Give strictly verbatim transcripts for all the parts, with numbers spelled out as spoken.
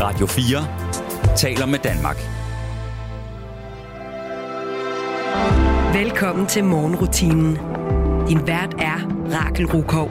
Radio fire taler med Danmark. Velkommen til morgenrutinen. Din vært er Rakel Rukov.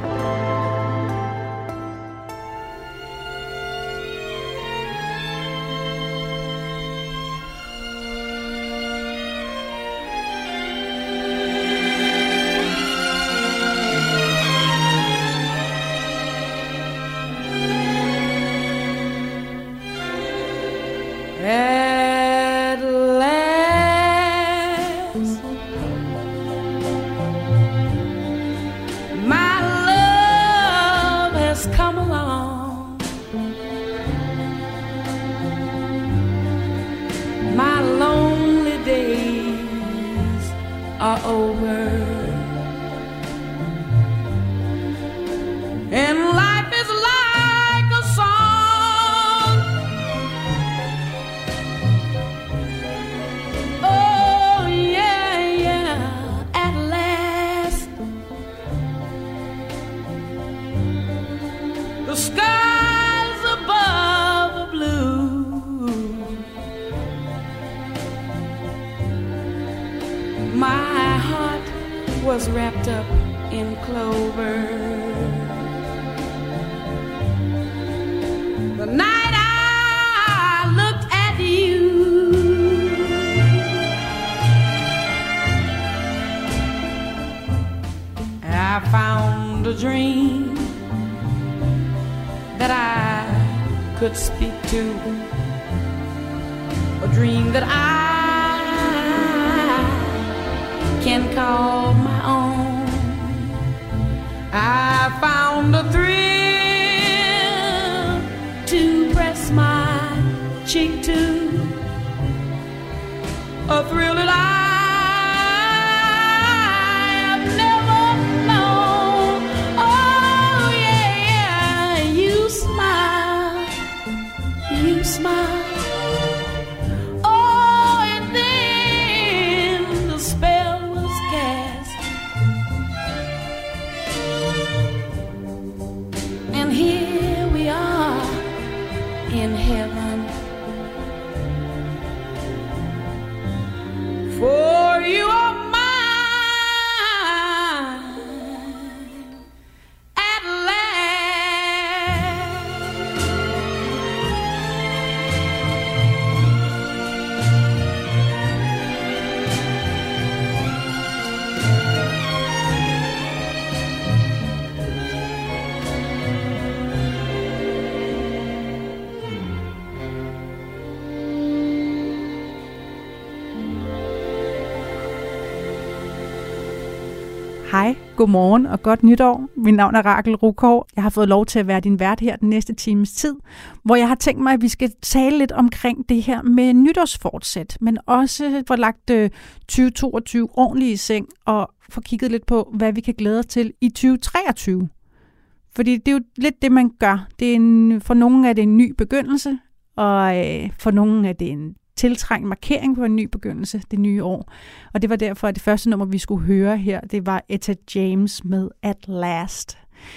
Hej, godmorgen og godt nytår. Mit navn er Rakel Rukov. Jeg har fået lov til at være din vært her den næste times tid, hvor jeg har tænkt mig, at vi skal tale lidt omkring det her med nytårsfortsæt, men også få lagt tyve toogtyve ordentligt i seng og få kigget lidt på, hvad vi kan glæde os til i tyve treogtyve. Fordi det er jo lidt det, man gør. Det er en, for nogle er det en ny begyndelse, og for nogle er det en tiltrængt markering på en ny begyndelse, det nye år. Og det var derfor, at det første nummer, vi skulle høre her, det var Etta James med At Last.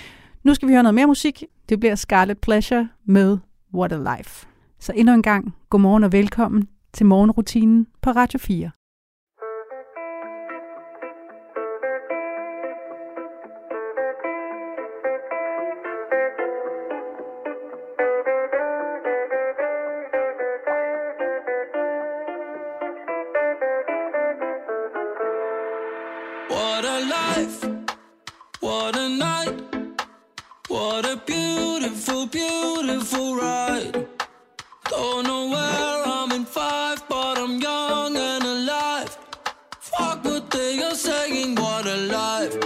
Nu skal vi høre noget mere musik. Det bliver Scarlet Pleasure med What a Life. Så endnu en gang, godmorgen og velkommen til morgenrutinen på Radio fire. Beautiful ride. Don't know where I'm in five, but I'm young and alive. Fuck what they are saying, what a life.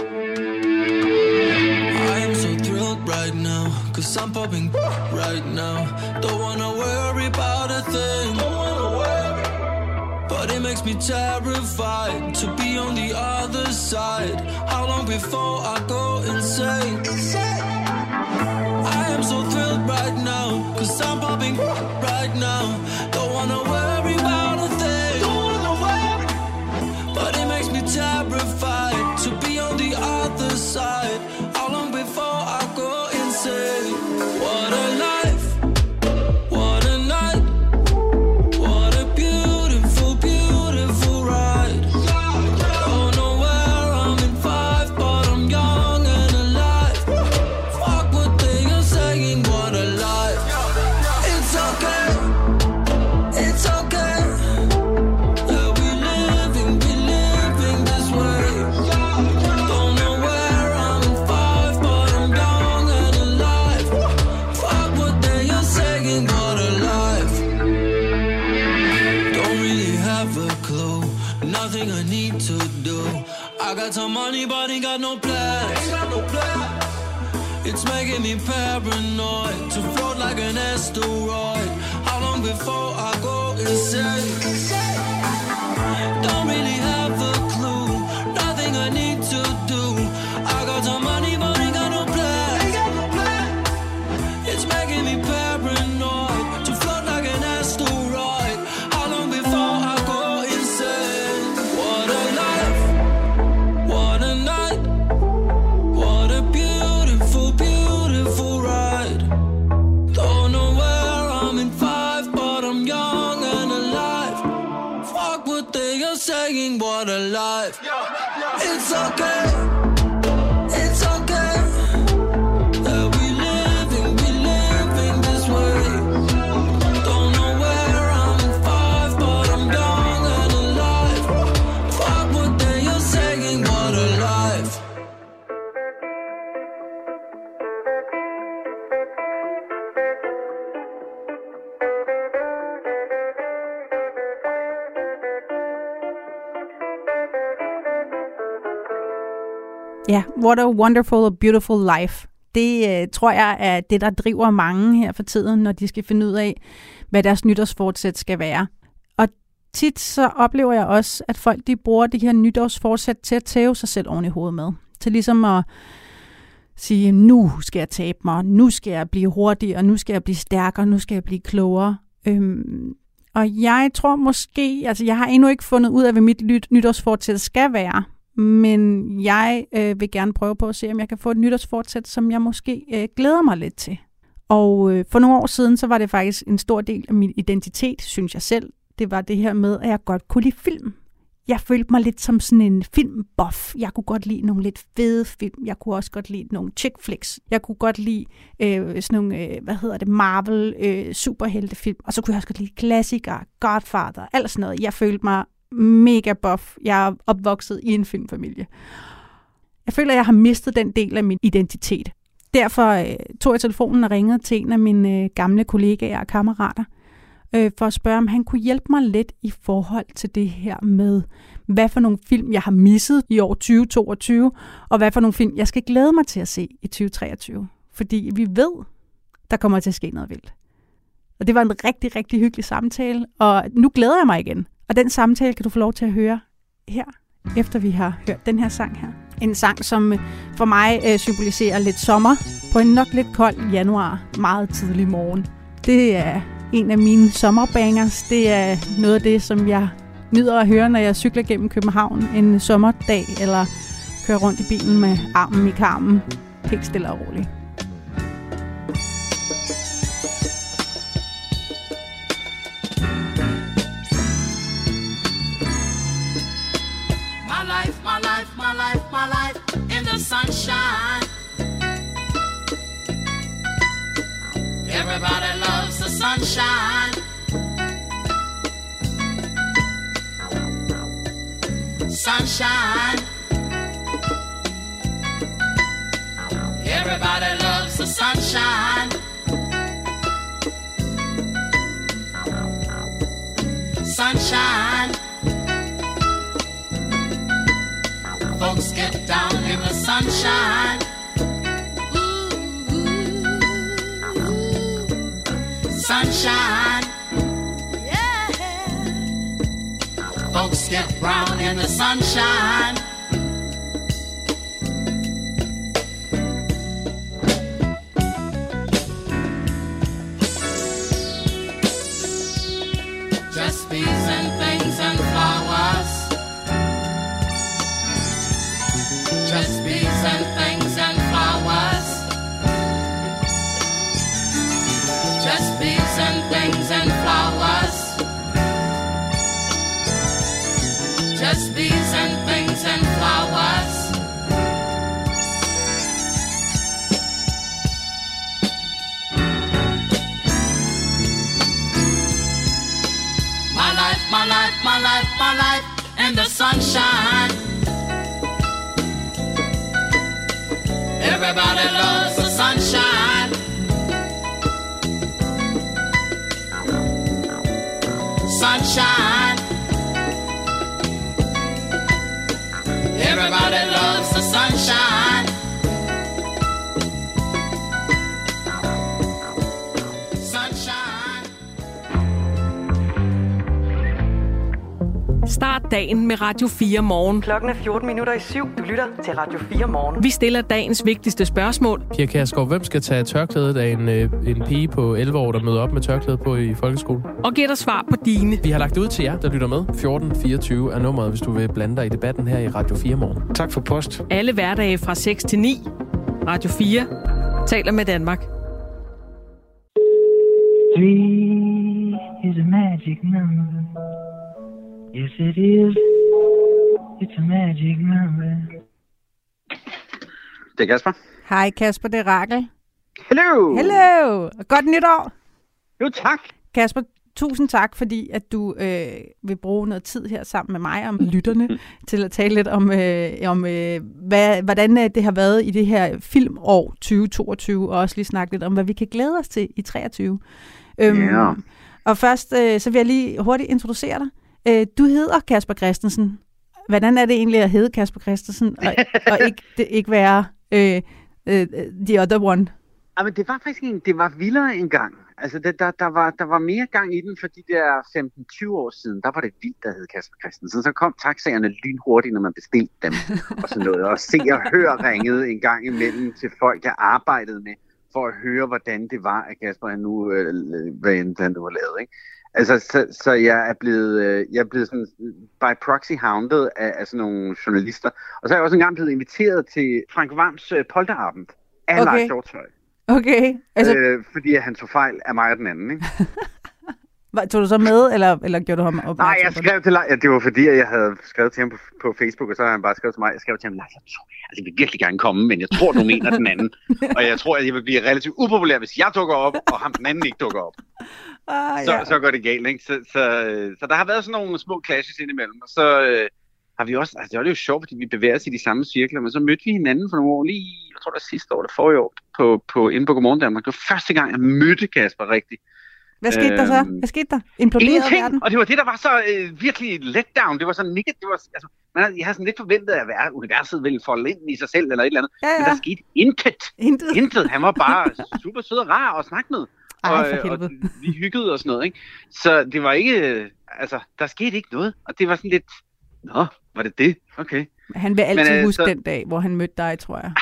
I am so thrilled right now, cause I'm popping right now. Don't wanna worry about a thing, don't wanna worry. But it makes me terrified to be on the other side. How long before I go insane? I am so thrilled right now, cause I'm popping right now. Don't wanna worry about a thing, don't wanna worry. But it makes me terrified to be on the other side. How long before I go insane? What a life, what a got some money, but ain't got no plans. It's making me paranoid to float like an asteroid. How long before I go insane? Don't really have a clue. Nothing I need to do. I got some money, but ain't got no plans. It's making me paranoid to float like an asteroid. How long before I go insane? What a life, what a night, what a beautiful, beautiful ride. Don't know where I'm in five, but I'm young and alive. Fuck what they are saying, what a life. It's okay, it's okay that we living, we living this way. Don't know where I'm in five, but I'm young and alive. Fuck what they are saying, what a life. Ja, what a wonderful and beautiful life. Det øh, tror jeg er det, der driver mange her for tiden, når de skal finde ud af, hvad deres nytårsfortsæt skal være. Og tit så oplever jeg også, at folk de bruger de her nytårsfortsæt til at tæve sig selv oven i hovedet med. Til ligesom at sige, nu skal jeg tabe mig, nu skal jeg blive hurtigere, nu skal jeg blive stærkere, nu skal jeg blive klogere. Øhm, og jeg tror måske, altså jeg har endnu ikke fundet ud af, hvad mit nyt- nytårsfortsæt skal være. Men jeg øh, vil gerne prøve på at se, om jeg kan få et nytårsfortsæt, som jeg måske øh, glæder mig lidt til. Og øh, for nogle år siden, så var det faktisk en stor del af min identitet, synes jeg selv. Det var det her med, at jeg godt kunne lide film. Jeg følte mig lidt som sådan en filmbuff. Jeg kunne godt lide nogle lidt fede film. Jeg kunne også godt lide nogle chick flicks. Jeg kunne godt lide øh, sådan nogle, øh, hvad hedder det, Marvel øh, superheltefilm. Og så kunne jeg også godt lide klassikere, Godfather, alt sådan noget. Jeg følte mig mega buff. Jeg er opvokset i en filmfamilie. Jeg føler, at jeg har mistet den del af min identitet. Derfor øh, tog jeg telefonen og ringede til en af mine øh, gamle kollegaer og kammerater, øh, for at spørge, om han kunne hjælpe mig lidt i forhold til det her med, hvad for nogle film, jeg har misset i år tyve toogtyve, og hvad for nogle film, jeg skal glæde mig til at se i tyve treogtyve. Fordi vi ved, der kommer til at ske noget vildt. Og det var en rigtig, rigtig hyggelig samtale, og nu glæder jeg mig igen. Og den samtale kan du få lov til at høre her, efter vi har hørt den her sang her. En sang, som for mig øh, symboliserer lidt sommer på en nok lidt kold januar, meget tidlig morgen. Det er en af mine sommerbangers. Det er noget af det, som jeg nyder at høre, når jeg cykler gennem København en sommerdag, eller kører rundt i bilen med armen i karmen, helt stille og roligt. My life, my life, in the sunshine. Everybody loves the sunshine. Sunshine. Everybody loves the sunshine. Sunshine. Folks get down in the sunshine. Ooh, ooh, ooh. Sunshine. Yeah. Folks get brown in the sunshine. Just bees and things and flowers. Just bees and things and flowers. Just bees and things and flowers. Just bees and things and flowers. My life, my life, my life, my life in the sunshine. Everybody loves the sunshine. Sunshine. Everybody dagen med Radio fire Morgen. Klokken er fjorten minutter i syv. Du lytter til Radio fire Morgen. Vi stiller dagens vigtigste spørgsmål. Pia Kjærsgaard, hvem skal tage tørklædet af en, en pige på elleve år, der møder op med tørklædet på i folkeskolen? Og giver dig svar på dine. Vi har lagt det ud til jer, der lytter med. fjorten fireogtyve er nummeret, hvis du vil blande dig i debatten her i Radio fire Morgen. Tak for post. Alle hverdage fra seks til ni. Radio fire taler med Danmark. Three is a magic number. Yes, it is. It's a magic number. Det er Kasper. Hej Kasper, det er Rakel. Hello! Hello! Og godt nytår! Jo, tak. Kasper, tusind tak, fordi at du øh, vil bruge noget tid her sammen med mig og med lytterne til at tale lidt om, øh, om øh, hvad, hvordan det har været i det her filmår tyve toogtyve, og også lige snakke lidt om, hvad vi kan glæde os til i treogtyve. Øhm, yeah. Og først, øh, så vil jeg lige hurtigt introducere dig. Øh, du hedder Kasper Christensen. Hvordan er det egentlig at hedde Kasper Christensen, og, og ikke, det, ikke være øh, øh, the other one? Ja, men det var faktisk en, det var vildere engang. Altså, det, der, der, var, der var mere gang i den, for de der femten tyve år siden, der var det vildt, der hed Kasper Christensen. Så kom taxaerne lynhurtigt, når man bestilte dem, og sådan noget. Og se og hør ringede en gang imellem til folk, jeg arbejdede med, for at høre, hvordan det var, at Kasper han nu, øh, hvad end han nu var lavet, ikke? Altså, så, så jeg er blevet, øh, jeg er blevet sådan, by proxy hounded af, af sådan nogle journalister. Og så er jeg også engang blevet inviteret til Frank Hvams øh, polterabend af Okay. Lars Hjortshøj. Okay. Altså, Øh, fordi han tog fejl af mig og den anden, ikke? Hvad, tog du så med, eller, eller gjorde du ham opmærksom? Nej, jeg skrev til Lars, ja, det var fordi, at jeg havde skrevet til ham på, på Facebook, og så har han bare skrevet til mig, jeg skrev til ham, Lars, jeg, tror, altså, jeg vil virkelig gerne komme, men jeg tror, du mener den anden. Og jeg tror, at jeg vil blive relativt upopulær, hvis jeg dukker op, og ham den anden ikke dukker op. Ah, så, ja. så går det galt, ikke? Så, så, så der har været sådan nogle små clashes indimellem, og så øh, har vi også, altså det var jo sjovt, fordi vi bevæger os i de samme cirkler, men så mødte vi hinanden for nogle år, lige, jeg tror det var sidste år, det forrige år, på, på, inde på Godmorgen Danmark. Det var første gang, jeg mødte Kasper rigtigt. Hvad skete der så? Hvad skete der? Imploderede Ingenting, verden? og det var det, der var så øh, virkelig letdown. Det var sådan negativt. Det var, altså, man havde, jeg havde sådan lidt forventet, at være, universet ville folde ind i sig selv eller et eller andet. Ja, ja. Men der skete intet. Intet. Intet. Han var bare super sød og rar at snakke med. Ej, og, for og helvede. vi hyggede og sådan noget, ikke? Så det var ikke, øh, altså, der skete ikke noget. Og det var sådan lidt, nå, var det det? Okay. Han vil altid Men, øh, huske så- den dag, hvor han mødte dig, tror jeg.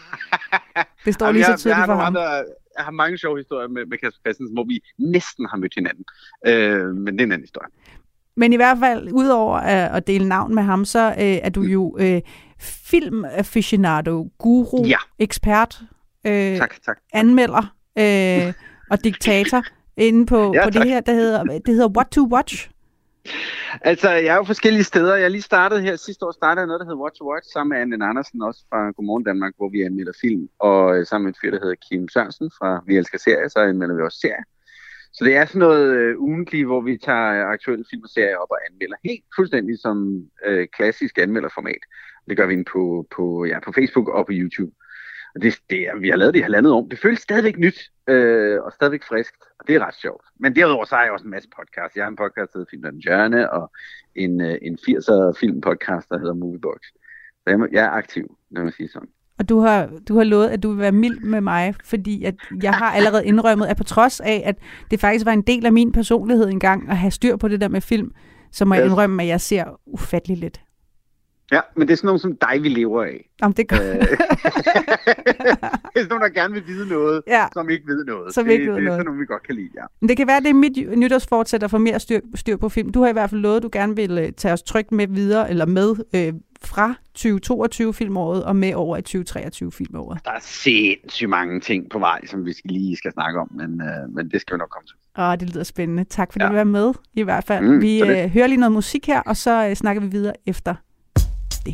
Det står Jamen, lige så jeg, jeg, tydeligt har for nogle ham. andre, jeg har mange sjove historier med, med Kasper Christensen, hvor vi næsten har mødt hinanden. Øh, men det er en anden historie. Men i hvert fald, udover at, at dele navn med ham, så øh, er du jo øh, filmaficionado, guru, Ja. ekspert, øh, Tak, tak. anmelder øh, og diktator inde på, Ja, på det tak. her, der hedder, det hedder What to Watch. Altså, jeg er jo forskellige steder. Jeg har lige startet her. Sidste år startede jeg noget, der hedder Watch to Watch, sammen med Anne Andersen, også fra Godmorgen Danmark, hvor vi anmelder film. Og øh, sammen med en fyr, der hedder Kim Sørensen fra Vi Elsker Serier, så anmelder vi også serier. Så det er sådan noget øh, ugentligt, hvor vi tager aktuelle film og serier op og anmelder. Helt fuldstændig som øh, klassisk anmelderformat. Det gør vi inde på, på, ja, på Facebook og på YouTube. Og det, det er, vi har lavet det i halvandet år. Det føles stadigvæk nyt øh, og stadigvæk friskt, og det er ret sjovt. Men derudover så har jeg også en masse podcasts. Jeg har en podcast, der hedder Film og Hjørne, og en, øh, en firser filmpodcast, der hedder Moviebox. Så jeg, må, jeg er aktiv, når man siger sådan. Og du har, du har lovet, at du vil være mild med mig, fordi at jeg har allerede indrømmet, at på trods af, at det faktisk var en del af min personlighed engang, at have styr på det der med film, så må jeg Yes. indrømme, at jeg ser ufattelig lidt. Ja, men det er sådan nogen som dig, vi lever af. Jamen, det gør Øh, det er sådan nogen, der gerne vil vide noget, Ja. som ikke ved noget. Som det, ikke ved det er noget. sådan nogen, vi godt kan lide, ja. Men det kan være, at det er mit nytårsfortsæt at få mere styr, styr på film. Du har i hvert fald lovet, at du gerne vil øh, tage os trygt med videre, eller med øh, fra tyve toogtyve filmåret og med over i tyve treogtyve filmåret. Der er sindssygt mange ting på vej, som vi skal lige skal snakke om, men, øh, men det skal vi nok komme til. Åh, det lyder spændende. Tak fordi Ja. du vil være med, i hvert fald. Mm, vi så det. øh, hører lige noget musik her, og så øh, snakker vi videre efter det.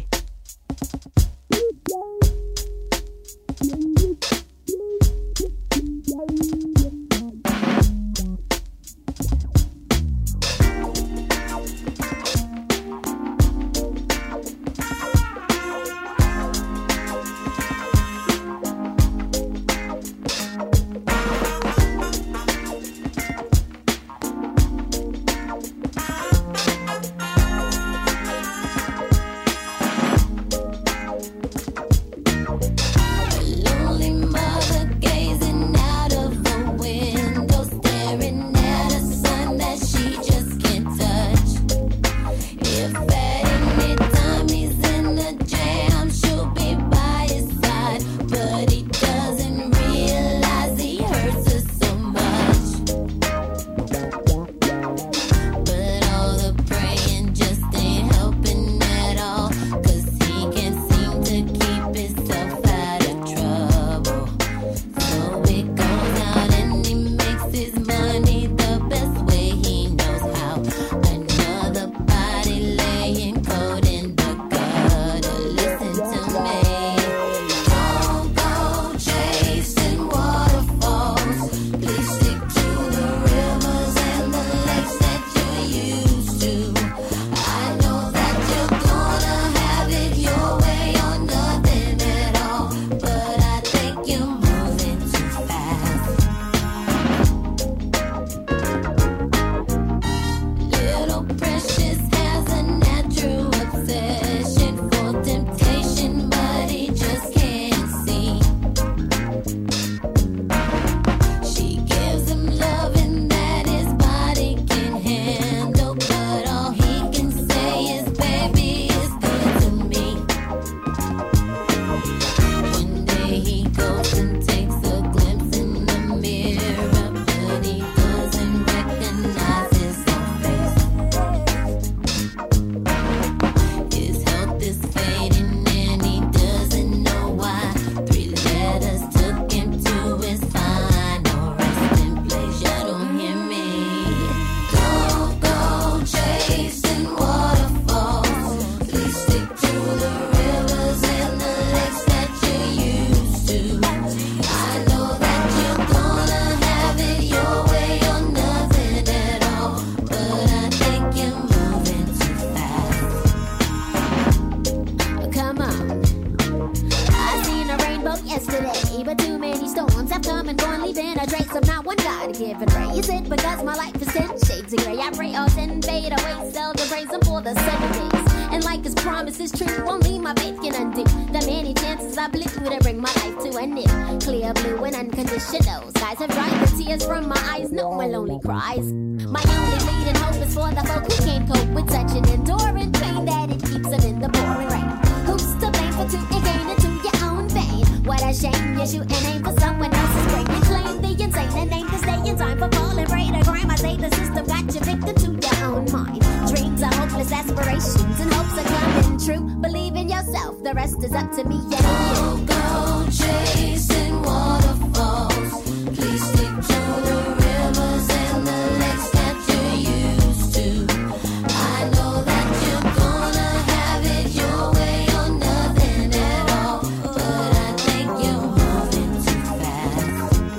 God given ray. Is it because my life is ten shades of gray? I pray all ten fade away, seldom praise him for the sunny days. And like his promise is true, only my faith can undo the many chances I blew to bring my life to an end. Clear blue and unconditional skies have dried the tears from my eyes, no more lonely cries. My only leading hope is for the folk who can't cope with such an enduring pain that it keeps them in the pouring rain. Who's to blame for to gain into your own vein? What a shame you shoot an aim for someone else's brain. You claim the insane and aim to stay in time for falling prey to crime. I say the system got you victim to your own mind. Dreams are hopeless aspirations and hopes are coming true. Believe in yourself, the rest is up to me and you. Go chasing waterfalls. Please stick to the rivers and the lakes that you're used to. I know that you're gonna have it your way or nothing at all, but I think you're moving too fast.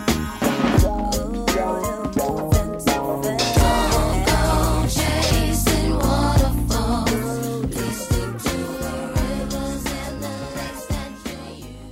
Moving too fast. Don't go chasing waterfalls. Please stick to the rivers and the lakes that you're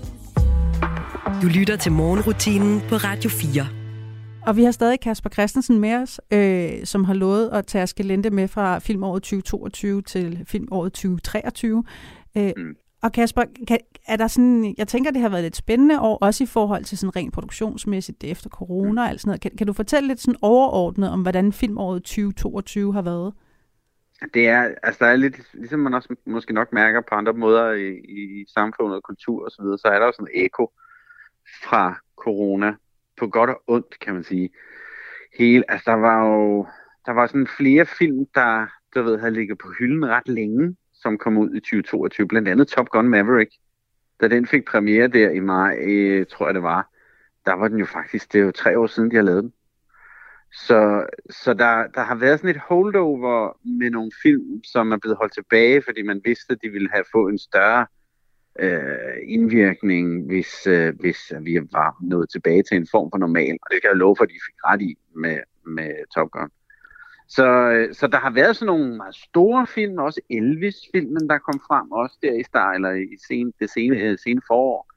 used to. Du lytter til morgenrutinen på Radio fire. Og vi har stadig Kasper Christensen med os, øh, som har lovet at tage Skelente med fra filmåret tyve toogtyve til filmåret tyve treogtyve. Øh, mm. Og Kasper, kan, er der sådan, jeg tænker, det har været lidt spændende år, også i forhold til sådan rent produktionsmæssigt efter corona og alt sådan noget. Kan, kan du fortælle lidt sådan overordnet om, hvordan filmåret tyve toogtyve har været? Det er, altså der er lidt, ligesom man også måske nok mærker på andre måder i, i samfundet og kultur og så videre, så er der jo sådan et ekko fra corona, på godt og ondt, kan man sige. Hele, altså der var jo, der var sådan flere film, der, du ved, havde ligget på hylden ret længe, som kom ud i tyve toogtyve, blandt andet Top Gun Maverick. Da den fik premiere der i maj, øh, tror jeg det var, der var den jo faktisk, det er jo tre år siden, de har lavet den. Så, så der, der har været sådan et holdover med nogle film, som er blevet holdt tilbage, fordi man vidste, at de ville have fået en større øh, indvirkning, hvis, øh, hvis vi var nået tilbage til en form for normal. Og det kan jeg love for, at de fik ret i med, med Top Gun. Så, så der har været sådan nogle meget store film, også Elvis-filmen, der kom frem også der i start, eller i sen, det sene, sene forår.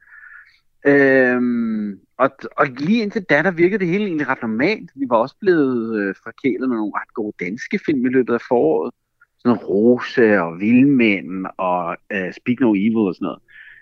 Øhm, og, og lige indtil da, der virkede det hele egentlig ret normalt. Vi var også blevet øh, forkælet med nogle ret gode danske film i løbet af foråret. Sådan noget Rose og Vildmænd og øh, Speak No Evil og sådan noget.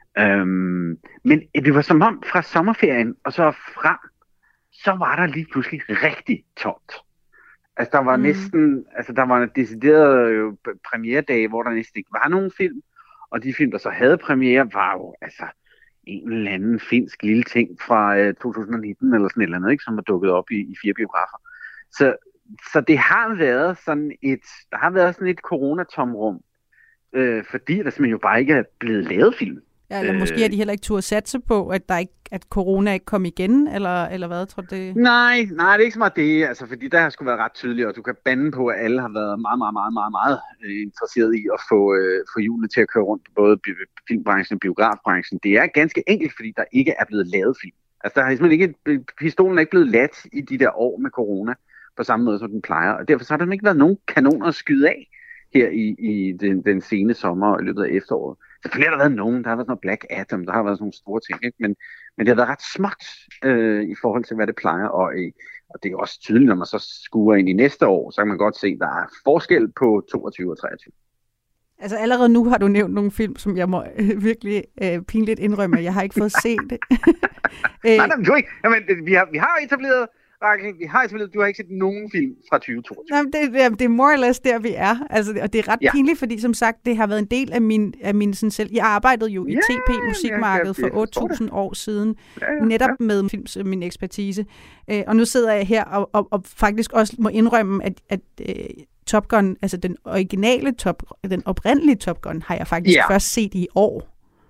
Øhm, men det var som om fra sommerferien og så frem, så var der lige pludselig rigtig tomt. Altså der var mm. næsten, altså der var en decideret øh, premieredage, hvor der næsten ikke var nogen film. Og de film, der så havde premiere, var jo altså en eller anden finsk lille ting fra øh, to tusind nitten eller sådan et eller andet, ikke, som var dukket op i, i fire biografer. Så, så det har været sådan et, der har været sådan et coronatomrum, øh, fordi der simpelthen jo bare ikke er blevet lavet film. Ja, eller måske har de heller ikke turde satse på, at der ikke, at corona ikke kom igen, eller, eller hvad, tror du det? Nej, nej, det er ikke så meget det, altså, fordi der har sgu været ret tydeligt, og du kan bande på, at alle har været meget, meget, meget, meget, meget interesseret i at få, øh, få hjulene til at køre rundt på både filmbranchen og biografbranchen. Det er ganske enkelt, fordi der ikke er blevet lavet film. Altså, der har simpelthen ikke, pistolen er ikke blevet ladt i de der år med corona, på samme måde, som den plejer, og derfor så har der ikke været nogen kanoner at skyde af her i, i den, den sene sommer og i løbet af efteråret. Selvfølgelig har der været nogen, der har været noget Black Adam, der har været sådan nogle store ting, ikke? Men, men det har været ret småt øh, i forhold til, hvad det plejer, og, øh, og det er også tydeligt, når man så skuer ind i næste år, så kan man godt se, at der er forskel på toogtyve og treogtyve. Altså allerede nu har du nævnt nogle film, som jeg må øh, virkelig øh, pinligt indrømme, jeg har ikke fået set det. nej, nej, du ikke. Jamen, vi har, vi har etableret Rakel, vi har etableret, du har ikke set nogen film fra tyve toogtyve. Jamen, det, det, det er more or less der, vi er. Altså, og det er ret ja. pinligt, fordi som sagt, det har været en del af min, af min sådan selv. Jeg arbejdede jo i ja, T P-musikmarkedet for otte tusind år siden, ja, ja, netop ja. med film som min ekspertise. Øh, og nu sidder jeg her og, og, og faktisk også må indrømme, at, at øh, Top Gun, altså den originale Top, den oprindelige Top Gun, har jeg faktisk ja. først set i år.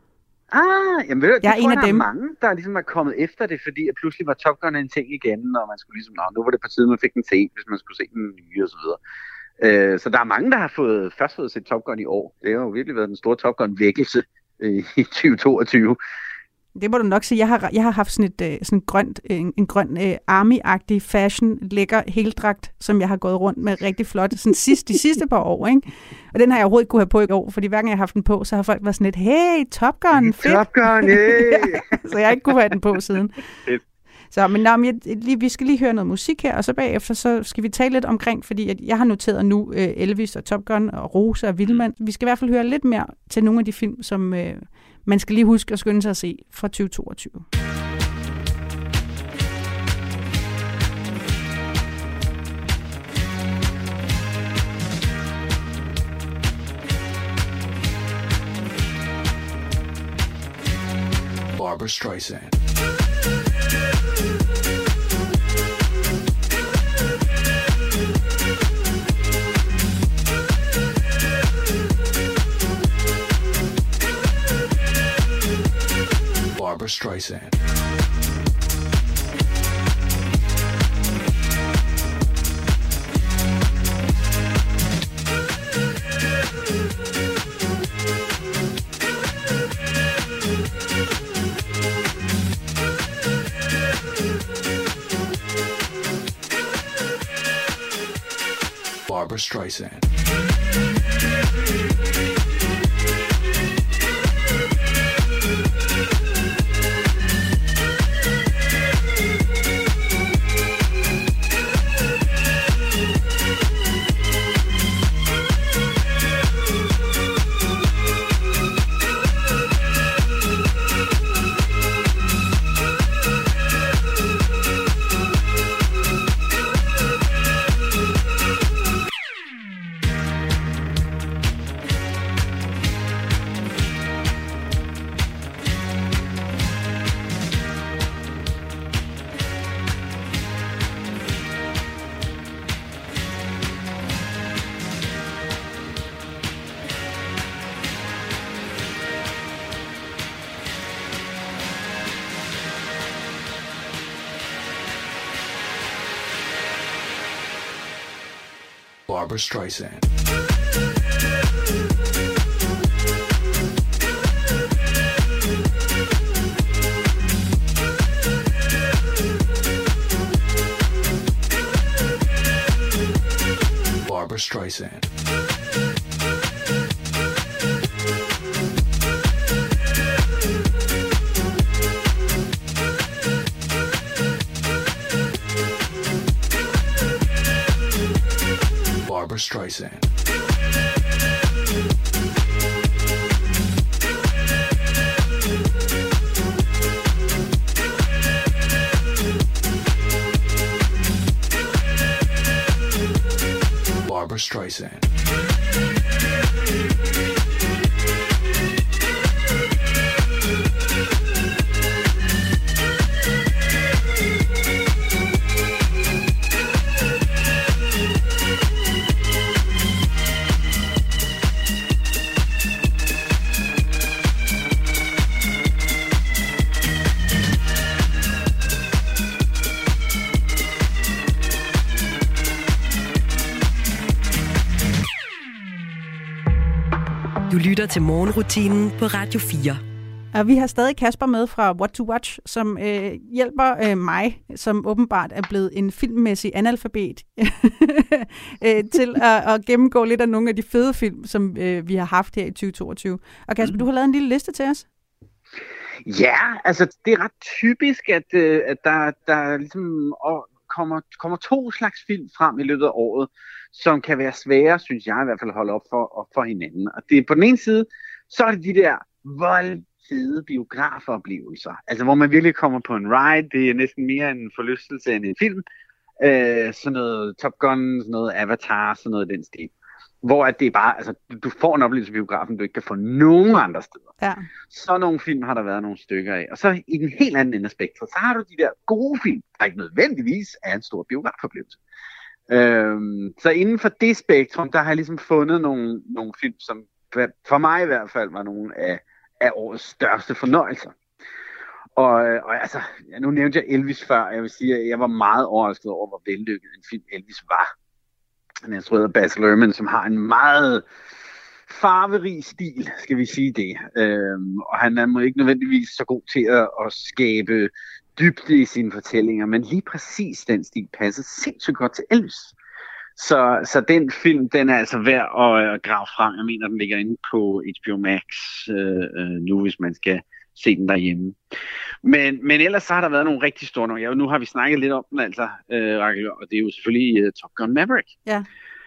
Ah, jamen ved du, jeg er tror, en af der dem. er mange, der ligesom er kommet efter det, fordi at pludselig var Top Gun en ting igen, og man skulle ligesom, nå, nu var det på tide, man fik den set, hvis man skulle se den nye og så videre. Øh, så der er mange, der har fået, først fået set Top Gun i år. Det har jo virkelig været den store Top Gun-vækkelse øh, i tyve toogtyve. Det må du nok sige. Jeg har, jeg har haft sådan et sådan grønt, en, en grøn uh, army-agtig fashion, lækker heldragt, som jeg har gået rundt med rigtig flot sådan sidst, de sidste par år. Ikke? Og den har jeg overhovedet ikke kunne have på i år, fordi hver gang jeg har haft den på, så har folk været sådan lidt, hey, Top Gun, fedt. Top Gun, hey. Så jeg har ikke kunne have den på siden. Så, men, nej, men jeg, lige, vi skal lige høre noget musik her, og så bagefter så skal vi tale lidt omkring, fordi at jeg har noteret nu øh, Elvis og Top Gun og Rosa og Vildmand. Vi skal i hvert fald høre lidt mere til nogle af de film, som øh, man skal lige huske at skynde sig at se fra tyve toogtyve. Barbra Streisand. Barbra Streisand. Barbra Streisand. Barbra Streisand. Barbra Streisand. Barbra Streisand. Barbra Streisand. Du lytter til morgenrutinen på Radio fire. Og vi har stadig Kasper med fra What to Watch, som øh, hjælper øh, mig, som åbenbart er blevet en filmmæssig analfabet, øh, til at, at gennemgå lidt af nogle af de fede film, som øh, vi har haft her i tyve toogtyve. Og Kasper, mm. du har lavet en lille liste til os. Ja, altså det er ret typisk, at, øh, at der, der ligesom og kommer, kommer to slags film frem i løbet af året, som kan være svære, synes jeg i hvert fald, at holde op for, for hinanden. Og det er på den ene side, så er det de der vold fede biografoplevelser. Altså hvor man virkelig kommer på en ride. Det er næsten mere en forlystelse end en film. Øh, sådan noget Top Gun, sådan noget Avatar, sådan noget den stil. Hvor at det er bare, altså du får en oplevelse af biografen, du ikke kan få nogen andre steder. Ja. Så nogle film har der været nogle stykker af. Og så i den helt anden ende af spektret, så har du de der gode film, der ikke nødvendigvis er en stor biografoplevelse. Øhm, så inden for det spektrum, der har jeg ligesom fundet nogle, nogle film, som for mig i hvert fald var nogle af, af årets største fornøjelser. Og, og altså, nu nævnte jeg Elvis før, jeg vil sige, at jeg var meget overrasket over, hvor vellykket en film Elvis var. Han er instrueret af Baz Luhrmann, som har en meget farverig stil, skal vi sige det. Øhm, og han er ikke nødvendigvis så god til at, at skabe dybde i sine fortællinger, men lige præcis den stil passer sindssygt godt til Elvis. Så, så den film, den er altså værd at, at grave frem. Jeg mener, den ligger inde på H B O Max øh, nu, hvis man skal se den derhjemme. Men, men ellers så har der været nogle rigtig store nogle. Ja, nu har vi snakket lidt om den, altså, øh, Rakel, og det er jo selvfølgelig uh, Top Gun Maverick. Ja.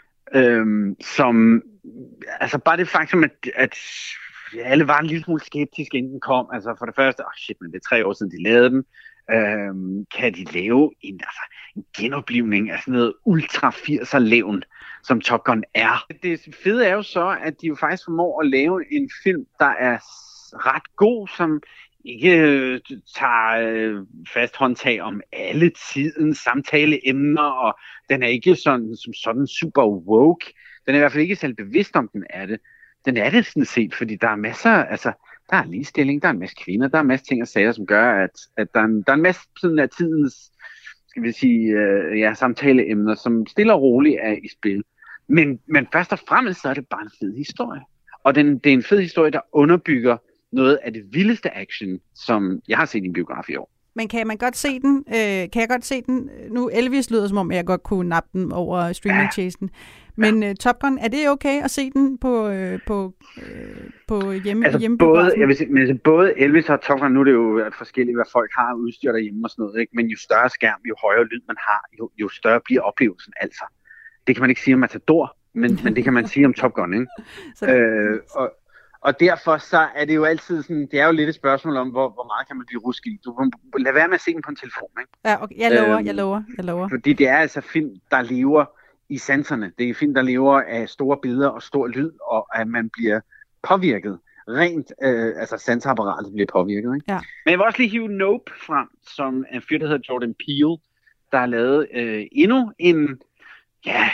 Øhm, som, altså bare det faktum, at, at alle var en lille smule skeptiske, inden den kom. Altså for det første, oh shit, men det er tre år siden, de lavede den. Øhm, kan de lave en, altså, en genoplivning af sådan noget ultra firser-levn, som Top Gun er? Det fede er jo så, at de jo faktisk formår at lave en film, der er ret god, som ikke øh, tager øh, fast håndtag om alle tidens samtaleemner, og den er ikke sådan, som sådan super woke. Den er i hvert fald ikke selv bevidst om, den er det. Den er det sådan set, fordi der er masser, altså, der er ligestilling, der er en masse kvinder, der er en masse ting og sager, som gør, at, at der, er en, der er en masse sådan af tidens, skal vi sige, øh, ja, samtaleemner, som stille og roligt er i spil. Men, men først og fremmest, så er det bare en fed historie. Og den, det er en fed historie, der underbygger noget af det vildeste action, som jeg har set i en biograf i år. Men kan man godt se den? Øh, kan jeg godt se den? Nu Elvis lyder som om, jeg godt kunne nappe den over streaming-chasen. Men ja. uh, Top Gun, er det okay at se den på, øh, på, øh, på hjemme, altså hjemmebiografen? Både, jeg vil sige, men altså både Elvis og Top Gun, nu er det jo forskelligt, hvad folk har udstyr derhjemme og sådan noget, ikke? Men jo større skærm, jo højere lyd man har, jo, jo større bliver oplevelsen altså. Det kan man ikke sige om Matador, men, men det kan man sige om Top Gun, ikke? Så... Øh, og, Og derfor så er det jo altid sådan, det er jo lidt et spørgsmål om, hvor, hvor meget kan man blive rusket i. Du kan lade være med at se den på en telefon, ikke? Ja, okay. Jeg lover, øhm, jeg lover, jeg lover. Fordi det er altså film, der lever i sanserne. Det er film, der lever af store billeder og stor lyd, og at man bliver påvirket. Rent, øh, altså sansapparatet bliver påvirket, ikke? Ja. Men jeg vil også lige hive Nope frem, som en fyr, der hedder Jordan Peele, der har lavet øh, endnu en, ja...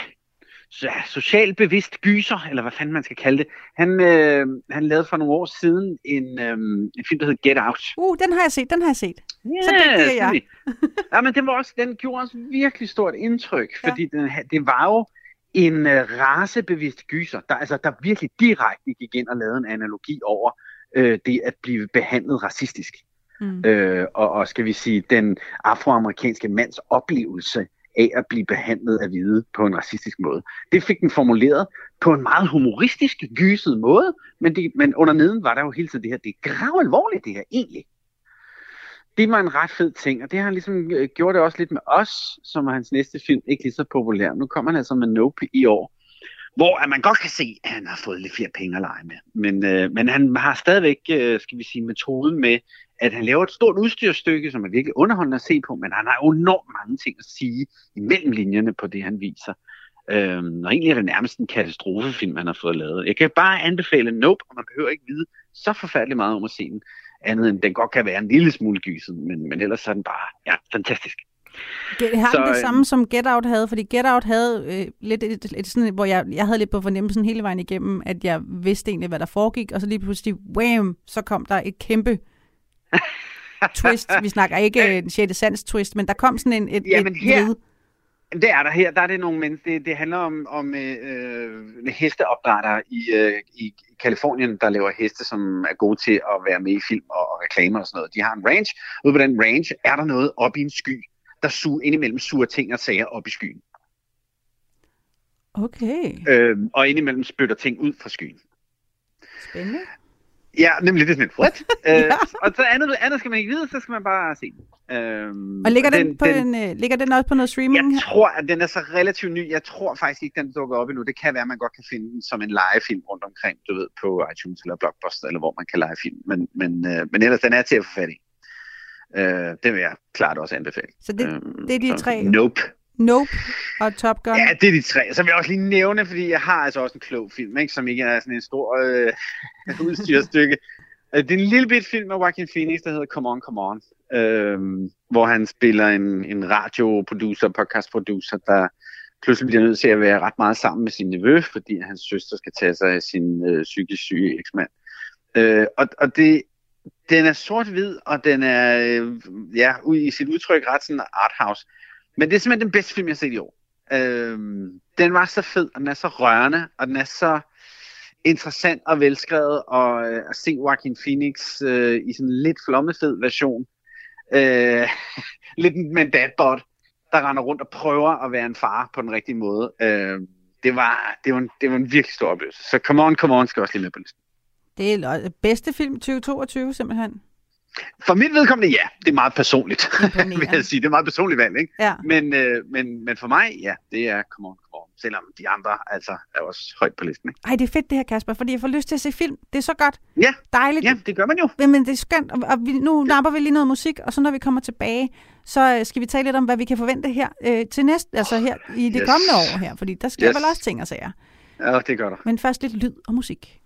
socialt bevidst gyser, eller hvad fanden man skal kalde det. Han, øh, han lavede for nogle år siden en, øh, en film, der hed Get Out. Uh, den har jeg set, den har jeg set. Yeah, så det, det er jeg. Ja, men den, var også, den gjorde også virkelig stort indtryk, ja. Fordi den, det var jo en uh, racebevidst gyser, der, altså, der virkelig direkte gik ind og lavede en analogi over øh, det at blive behandlet racistisk. Mm. Øh, og, og skal vi sige, den afroamerikanske mands oplevelse af at blive behandlet af hvide på en racistisk måde. Det fik den formuleret på en meget humoristisk, gyset måde, men, det, men under neden var der jo hele tiden det her, det er gravalvorligt det her egentlig. Det var en ret fed ting, og det har han ligesom øh, gjort det også lidt med os, som er hans næste film, ikke lige så populær. Nu kommer han altså med Nope i år, hvor at man godt kan se, at han har fået lidt flere penge at lege med. Men, øh, men han har stadigvæk, øh, skal vi sige, metoden med, at han laver et stort udstyrstykke, som er virkelig underholdende at se på, men han har enormt mange ting at sige imellem linjerne på det, han viser. Øhm, og egentlig er det nærmest en katastrofefilm, han har fået lavet. Jeg kan bare anbefale Nope, og man behøver ikke vide så forfærdeligt meget om at se den, andet end den godt kan være en lille smule gyset, men, men ellers er den bare ja, fantastisk. Det har så, det samme som Get Out havde, fordi Get Out havde øh, lidt et, et, et sådan, hvor jeg, jeg havde lidt på fornemmelsen hele vejen igennem, at jeg vidste egentlig, hvad der foregik, og så lige pludselig, wham, så kom der et kæmpe twist. Vi snakker ikke en sjette sans twist, men der kom sådan en et, Jamen et her, vrid. Det er der her. Der er det nogle mennesker. Det, det handler om, om øh, hesteopdrættere i, øh, i Kalifornien, der laver heste, som er gode til at være med i film og, og reklamer og sådan noget. De har en range. Ude på den range er der noget oppe i en sky, der suger indimellem suger ting og sager op i skyen. Okay. Øh, og indimellem spytter ting ud fra skyen. Spændende. Ja, nemlig det er sådan et what? Ja. øh, og så andet, andet skal man ikke vide, så skal man bare se den. Øhm, og ligger den, den, på den, en, uh, ligger den også på noget streaming? Jeg tror, at den er så relativt ny. Jeg tror faktisk ikke, den dukker op endnu. Det kan være, at man godt kan finde den som en legefilm rundt omkring, du ved, på iTunes eller Blockbuster, eller hvor man kan lege film. Men, men, øh, men ellers, den er til at få fat i. Øh, det vil jeg klart også anbefale. Så det, øhm, det er de så, tre? Nope. Nope og Top Gun? Ja, det er de tre. Så vil jeg også lige nævne, fordi jeg har altså også en klog film, ikke, som ikke er sådan en stor øh, udstyrstykke. Det er en lille bit film af Joaquin Phoenix, der hedder Come On, Come On, øhm, hvor han spiller en, en radioproducer, podcastproducer, der pludselig bliver nødt til at være ret meget sammen med sin nevø, fordi hans søster skal tage sig af sin øh, psykisk syge eksmand. Øh, og og det, den er sort-hvid, og den er øh, ja, i sit udtryk ret sådan arthouse. Men det er simpelthen den bedste film, jeg har set i år. Øh, den var så fed, og den er så rørende, og den er så interessant og velskrevet, og øh, at se Joaquin Phoenix øh, i sådan en lidt flommefed version. Øh, lidt med en dadbot, der render rundt og prøver at være en far på den rigtige måde. Øh, det, var, det, var en, det var en virkelig stor oplevelse. Så Come On, Come On skal også lige med på listen. Det er bedste film tyve toogtyve simpelthen. For mit vedkommende, ja. Det er meget personligt, vil jeg sige. Det er meget personligt valg, ikke? Ja. Men, øh, men, men for mig, ja, det er Come On, Come On. Selvom de andre altså er også højt på listen, ikke? Ej, det er fedt det her, Kasper, fordi jeg får lyst til at se film. Det er så godt. Ja. Dejligt. Ja, det gør man jo. Men det er skønt, og, og vi, nu napper vi lige noget musik, og så når vi kommer tilbage, så øh, skal vi tale lidt om, hvad vi kan forvente her øh, til næste, altså her i det Yes. kommende år her, fordi der sker Yes. vel også ting og sager. Ja, det gør der. Men først lidt lyd og musik.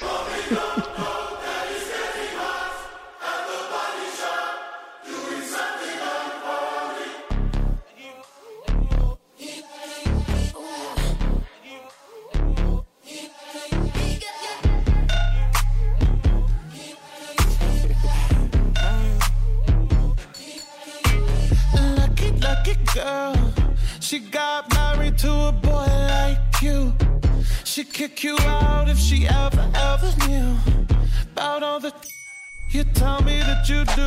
Lucky girl, she got married to a boy like you. She'd kick you out if she ever, ever knew about all the you tell me that you do.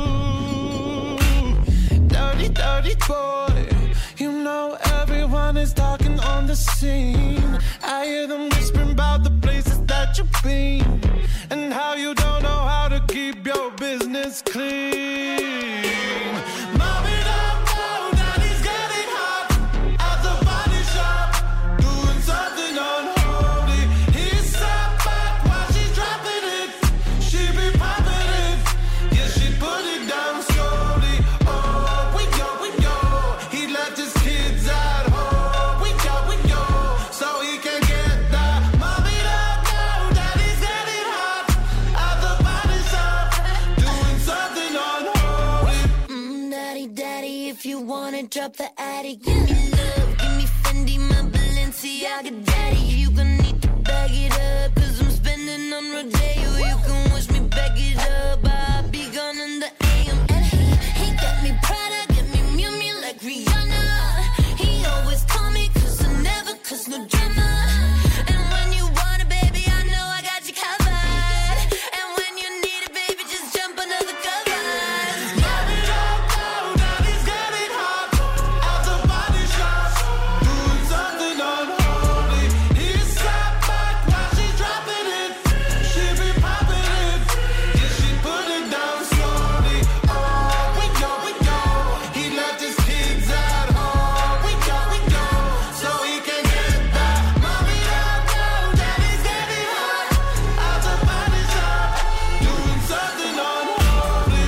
Dirty, dirty boy, you know everyone is talking on the scene. I hear them whispering about the places that you've been and how you don't know how to keep your business clean. Mommy, don't go, daddy's getting hot at the body shop, doing something unholy. He's sat back while she's dropping it. She be popping it, yeah, she put it down slowly. Oh, we go, we go. He left his kids at home. We go, we go, so he can get that. Mommy, don't go, daddy's getting hot at the body shop, doing something unholy. Mm, daddy, daddy, if you wanna drop the attic, give me love, give me Fendi, my Balenciaga, daddy. You gonna need to bag it up, cause I'm spending on Rodeo. You can wish me back it up, I'll be gone in the A M. And he, he got me Prada, got me Miu Miu like Rihanna. He always call me cause I never cause no drama. And when you want it, baby, I know I got you covered. And when you need it, baby, just jump under the covers. Mommy, don't go, daddy's getting hot at the body shop, doing something unholy. He's sat back while she's dropping it. She be popping it, yeah, she put it down slowly. Oh, we go, we go. He left his kids at home. We go, we go, so he can get that. Mommy, don't go, daddy's getting hot at the body shop, doing something unholy.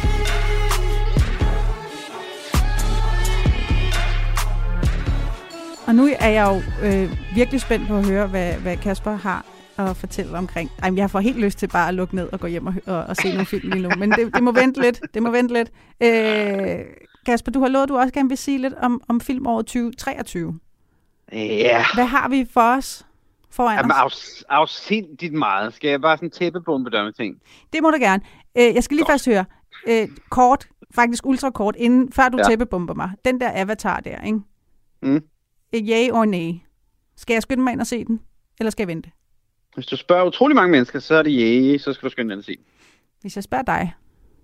Og nu er jeg jo øh, virkelig spændt på at høre, hvad, hvad Kasper har at fortælle omkring. Ej, jeg får helt lyst til bare at lukke ned og gå hjem og, og, og se nogle film lige nu, men det, det må vente lidt. Det må vente lidt. Øh, Kasper, du har lovet, du også gerne vil sige lidt om, om filmåret tyve treogtyve. Ja. Hvad har vi for os foran Jamen, os? af, afsindigt meget. Skal jeg bare sådan tæppebombe der med ting? Det må du gerne. Øh, jeg skal lige først høre, øh, kort, faktisk ultra kort, inden, før du Ja. tæppebomber mig. Den der avatar der, ikke? Mm. Øh, Yay or nay? Skal jeg skynde mig ind og se den? Eller skal jeg vente? Hvis du spørger utrolig mange mennesker, så er det yeah, så skal du skynde dig at se den. Hvis jeg spørger dig.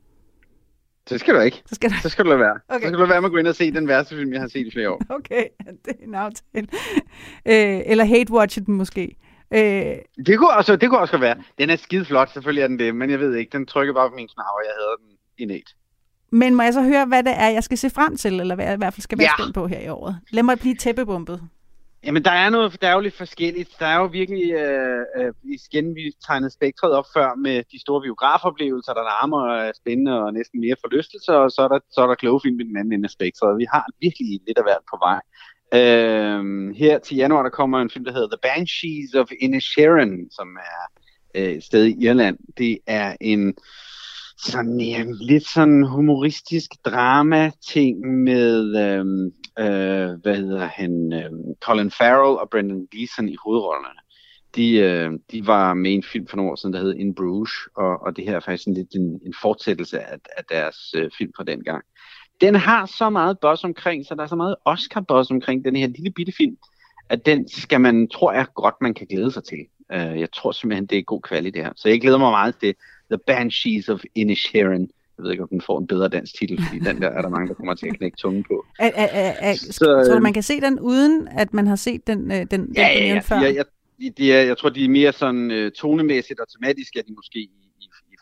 Så skal du ikke. Så skal du, så skal du lade være. Okay. Så skal du lade være med at gå ind og se den værste film, jeg har set i flere år. Okay, det er en aftale. Øh, eller hate-watche den måske. Øh, Det kunne, også, det kunne også godt være. Den er skide flot, selvfølgelig er den det, men jeg ved ikke, den trykker bare på min knap, og jeg havde den innat. men må jeg så høre, hvad det er, jeg skal se frem til, eller hvad jeg i hvert fald skal være Ja. spændt på her i året? Lad mig blive tæppebumpet. Jamen, der er noget, der er jo lidt forskelligt. Der er jo virkelig, øh, øh, igen, vi tegnede spektret op før med de store biografoplevelser, der larmer og spændende og næsten mere forlystelser, og så er der, så er der kloge film i den anden ende af spektret. Vi har virkelig lidt af hvert på vej. Øh, her til januar, der kommer en film, der hedder The Banshees of Inisherin, som er øh, et sted i Irland. Det er en sådan en lidt sådan humoristisk drama-ting med, øhm, øh, hvad hedder han, øhm, Colin Farrell og Brendan Gleeson i hovedrollerne. De, øh, de var med i en film for nogle år siden, der hed In Bruges, og, og det her er faktisk en, lidt en, en fortsættelse af, af deres øh, film fra den gang. Den har så meget buzz omkring, så der er så meget Oscar-buzz omkring den her lille bitte film, at den skal man, tror jeg godt, man kan glæde sig til. Uh, jeg tror simpelthen, det er god kvalitet det her. Så jeg glæder mig meget til The Banshees of Inisherin. Jeg ved ikke, om den får en bedre dansk titel, fordi den der er der mange, der kommer til at knække tungen på. Er, er, er, er, Så, tror du, øh, man kan se den, uden at man har set den, øh, den, den Ja, ja, ja, før? ja. Jeg, jeg, de er, jeg tror, de er mere sådan uh, tonemæssigt og tematisk, at de måske i, i, i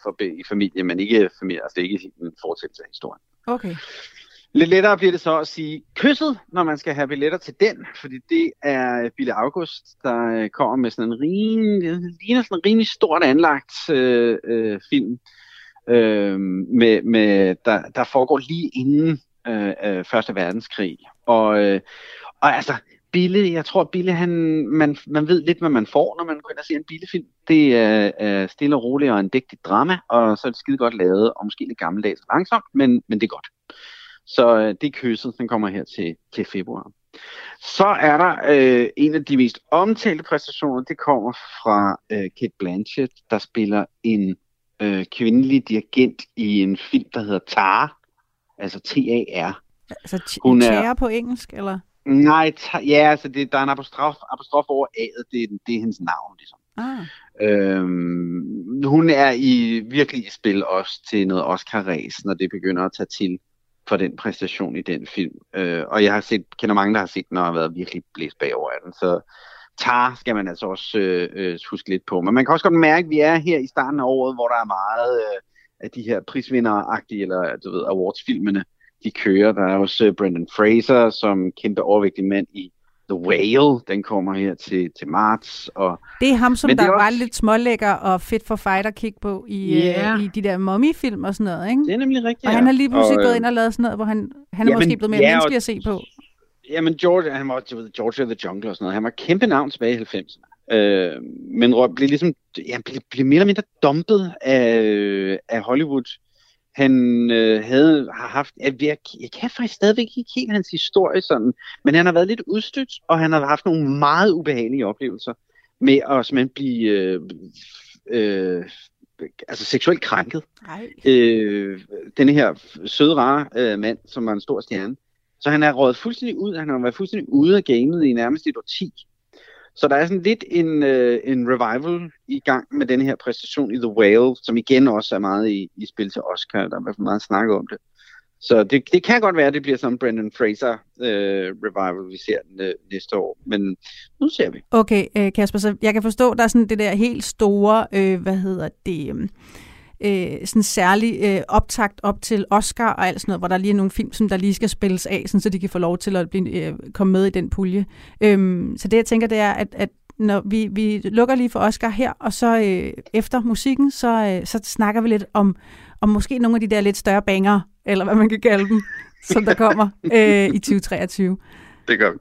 for, i familie, men ikke familie, altså ikke en fortsættelse af historien. Okay. Lidt lettere bliver det så at sige kysset, når man skal have billetter til den, fordi det er Bille August, der kommer med sådan en rimelig, ligner sådan en rimelig stort anlagt øh, øh, film, øh, med, med, der, der foregår lige inden øh, øh, Første Verdenskrig. Og, øh, og altså, Bille, jeg tror, Bille, han, man, man ved lidt, hvad man får, når man går ind og ser en Bille-film. Det er øh, stille og roligt og en dægtig drama, og så er det skide godt lavet, og måske lidt gammeldags og langsomt, men, men det er godt. Så øh, det er kysset, den kommer her til, til februar. Så er der øh, en af de mest omtalte præstationer, det kommer fra øh, Cate Blanchett, der spiller en øh, kvindelig dirigent i en film, der hedder Tar, altså T A R. Altså t- Tar på engelsk, eller? Nej, ta- ja, altså det, der er en apostrof, apostrof over A'et, det er, det er hendes navn, ligesom. Ah. Øhm, hun er i virkelig i spil også til noget Oscar-ræs, når det begynder at tage til for den præstation i den film. Øh, og jeg har set, kender mange, der har set den og har været virkelig blæst bagover af den. Så Tar skal man altså også øh, øh, huske lidt på. Men man kan også godt mærke, at vi er her i starten af året, hvor der er meget øh, af de her prisvinder-agtige, eller du ved, awards-filmene, de kører. Der er også øh, Brendan Fraser, som kæmpe overvægtig mand i The Whale, den kommer her til, til marts. Og det er ham, som men der også var lidt smålækker og fedt for fight at kigge på i, yeah. øh, i de der mummy-film og sådan noget, ikke? Det er nemlig rigtigt, og ja. han har lige pludselig og, gået ind og lavet sådan noget, hvor han, han er jamen, måske blevet mere ja, menneskelig og, at se på. Jamen, George, han var du ved, George of the Jungle og sådan noget. Han var kæmpe navn tilbage i halvfemserne. Øh, men blev ligesom, ja, blev, blev mere eller mindre dumpet af, af Hollywood. Han øh, havde har haft, jeg, jeg, jeg kan faktisk stadigvæk ikke helt hans historie sådan, men han har været lidt udstødt, og han har haft nogle meget ubehagelige oplevelser med at simpelthen blive øh, øh, altså seksuelt krænket. Øh, denne her søde, rare øh, mand, som var en stor stjerne. Så han er røget fuldstændig ud, han har været fuldstændig ude af gamet i nærmest et årti. Så der er sådan lidt en, øh, en revival i gang med den her præstation i The Whale, som igen også er meget i, i spil til Oscar. Der er i hvert fald meget snak om det. Så det, det kan godt være, at det bliver sådan en Brendan Fraser øh, revival, vi ser den øh, næste år. Men nu ser vi. Okay, øh, Kasper, så jeg kan forstå, der er sådan det der helt store, øh, hvad hedder det... Øh... Øh, sådan særlig øh, optakt op til Oscar og alt sådan noget, hvor der lige er nogle film, som der lige skal spilles af, sådan, så de kan få lov til at blive, øh, komme med i den pulje. Øhm, så det, jeg tænker, det er, at, at når vi, vi lukker lige for Oscar her, og så øh, efter musikken, så, øh, så snakker vi lidt om, om måske nogle af de der lidt større banger, eller hvad man kan kalde dem, som der kommer øh, i tyve treogtyve. Det gør vi.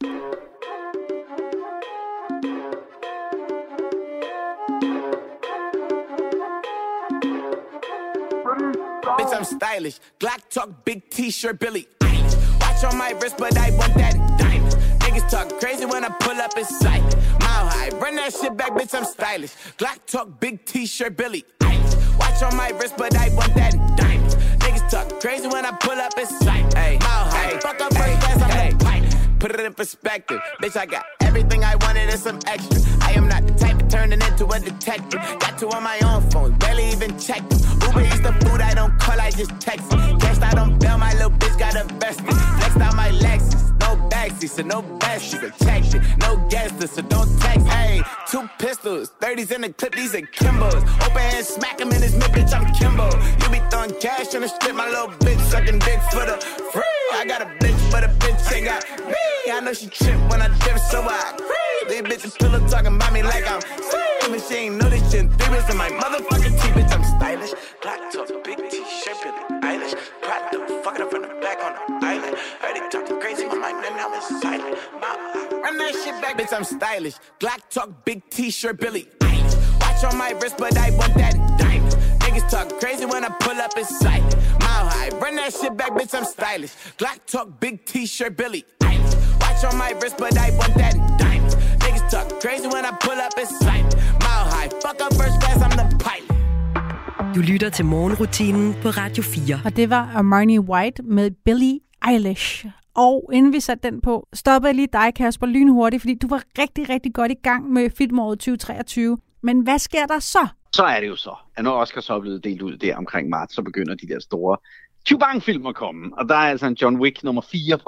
Bitch, I'm stylish. Glock talk, big t-shirt, Billy Eilish. Watch on my wrist, but I want that diamond. Niggas talk crazy when I pull up in sight. Mile high, run that shit back, bitch, I'm stylish. Glock talk, big t-shirt, Billy Eilish. Watch on my wrist, but I want that diamond. Niggas talk crazy when I pull up in sight. Ay, mile high, fuck up first class, I'm the pilot. Put it in perspective, bitch, I got everything I wanted and some extra. I am not the type of turning into a detective. Got two on my own phone, barely even check them. Uber eats the food, I don't call, I just text it. Cashed out on bail, my little bitch got invested. Flexed out my Lexus, no backseat, so no backseat. Protected, no gas, so don't text. Hey, two pistols, thirties in the clip, these are Kimbos. Open hand, smack him in his mid, bitch, I'm Kimbo. You be throwing cash on the strip, my little bitch sucking dick for the free. I got a bitch, but a bitch ain't got me. I know she trip when I dip, so I free. These bitches pillow talking about me like I'm free. But she ain't know this shit. Three rings in my motherfucking teeth, bitch, I'm stylish. Black top, big t-shirt, Billie Eilish. Pride the fucking up from the back on the island. Heard they talking crazy, my mind and I'm silent. Run that shit back, bitch, I'm stylish. Black talk, big t-shirt, Billie Eilish. Watch on my wrist, but I want that diamond. Niggas talk crazy when I pull up in sight. Mile high, run that shit back, bitch, I'm stylish. Glock talk, big t-shirt, Billie Eilish. Watch on my wrist, but I want that diamond. Niggas talk crazy when I pull up in sight. Mile high, fuck up first class, I'm the pilot. Du lytter til morgenrutinen på Radio fire. Og det var Armani White med Billie Eilish. Og inden vi satte den på, stoppede jeg lige dig, Kasper, lynhurtigt, fordi du var rigtig, rigtig godt i gang med filmåret tyve treogtyve. Men hvad sker der så? Så er det jo så, at når Oscar så er blevet delt ud der omkring marts, så begynder de der store Chewbang-film at komme. Og der er altså en John Wick nummer fire på vej.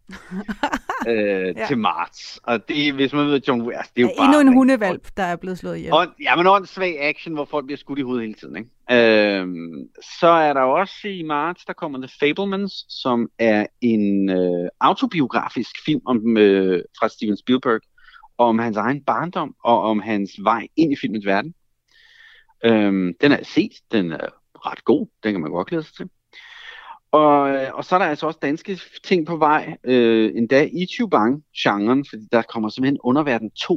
øh, Ja. til marts. Og det, hvis man ved, John Wick, altså, det er jo Ja, bare... endnu en ikke? hundevalp, der er blevet slået ihjel. Og, ja, men åndssvag action, hvor folk bliver skudt i hovedet hele tiden. Ikke? Øhm, så er der jo også i marts, der kommer The Fablemans, som er en øh, autobiografisk film om, øh, fra Steven Spielberg, om hans egen barndom og om hans vej ind i filmens verden. Øhm, den er set, den er ret god, den kan man godt glæde sig til. Og, og så er der altså også danske ting på vej, øh, endda i Chubang-genren, fordi der kommer simpelthen Underverden to,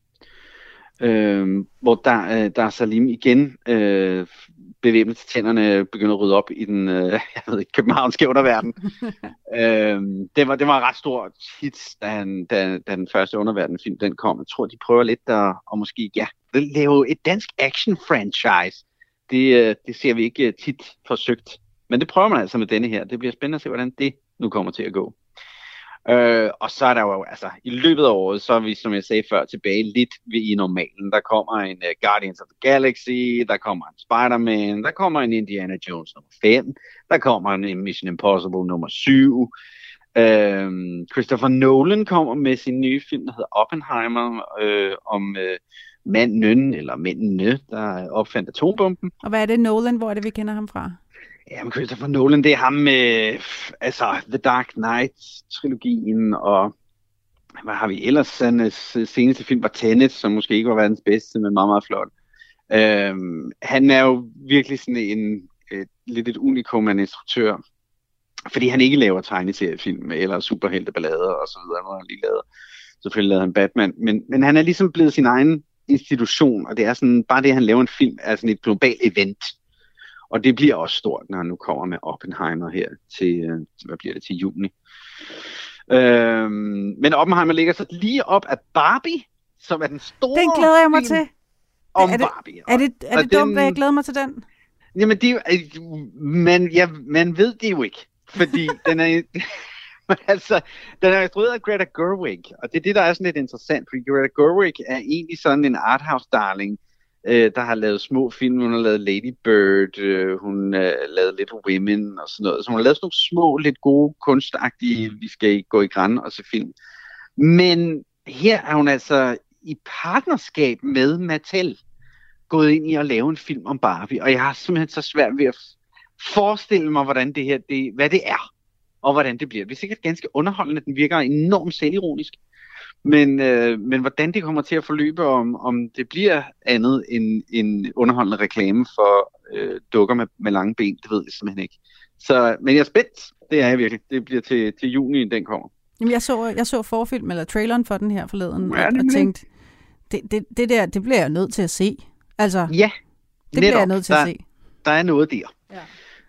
øh, hvor der, øh, der er Salim igen øh, bevæbnet til tænderne, begynder at rydde op i den øh, jeg ved ikke, københavnske underverden. øh, det, var, det var et ret stort hit, da, han, da, da den første Underverden-film den kom. Jeg tror, de prøver lidt der, og måske ja, lave et dansk action-franchise. Det, øh, det ser vi ikke tit forsøgt. Men det prøver man altså med denne her. Det bliver spændende at se, hvordan det nu kommer til at gå. Øh, og så er der jo, altså, i løbet af året, så er vi, som jeg sagde før, tilbage lidt ved i normalen. Der kommer en uh, Guardians of the Galaxy, der kommer en Spider-Man, der kommer en Indiana Jones nummer fem, der kommer en Mission Impossible nummer syv. Øh, Christopher Nolan kommer med sin nye film, der hedder Oppenheimer, øh, om øh, manden, eller mændene, der opfandt atombomben. Og hvad er det, Nolan? Hvor er det, vi kender ham fra? Jamen, Christopher Nolan, det er ham med, altså, The Dark Knight-trilogien, og hvad har vi ellers? Hans seneste film var Tenet, som måske ikke var verdens bedste, men meget, meget flot. Øhm, han er jo virkelig sådan en, et, lidt et unikum af en instruktør, fordi han ikke laver tegneseriefilm, eller superhelteballader og så videre, når han lige lavet. Selvfølgelig lavede han Batman, men, men han er ligesom blevet sin egen institution, og det er sådan, bare det, at han laver en film, er sådan et globalt event. Og det bliver også stort, når han nu kommer med Oppenheimer her til, øh, hvad bliver det, til juni. Øhm, men Oppenheimer ligger så lige op af Barbie, som er den store Den glæder jeg mig film til. om er det, Barbie. Er det, er Og det dumt, den- at jeg glæder mig til den? Jamen, det er jo, man, ja, man ved det jo ikke, fordi den er, altså, den er instrueret af Greta Gerwig, og det er det, der er sådan lidt interessant, fordi Greta Gerwig er egentlig sådan en arthouse-darling, øh, der har lavet små film. Hun har lavet Lady Bird, øh, hun har øh, lavet Little Women og sådan noget, så hun har lavet sådan nogle små, lidt gode, kunstagtige, vi skal gå i græn og se film. Men her er hun altså i partnerskab med Mattel gået ind i at lave en film om Barbie, og jeg har simpelthen så svært ved at forestille mig, hvordan det her, det, hvad det er, og hvordan det bliver. Det er sikkert ganske underholdende, den virker enormt selvironisk, men, øh, men hvordan det kommer til at forløbe, om, om det bliver andet end en underholdende reklame for øh, dukker med, med lange ben, det ved jeg simpelthen ikke. Så, men jeg er spændt, det er jeg virkelig. Det bliver til, til juni, den kommer. Jamen, jeg så, jeg så forfilm, eller traileren for den her forleden, Ja, og, det og er tænkte, det, det, det der, det bliver jeg nødt til at se. Altså, ja, det bliver jeg nødt til der, at se. Der er noget der. Ja.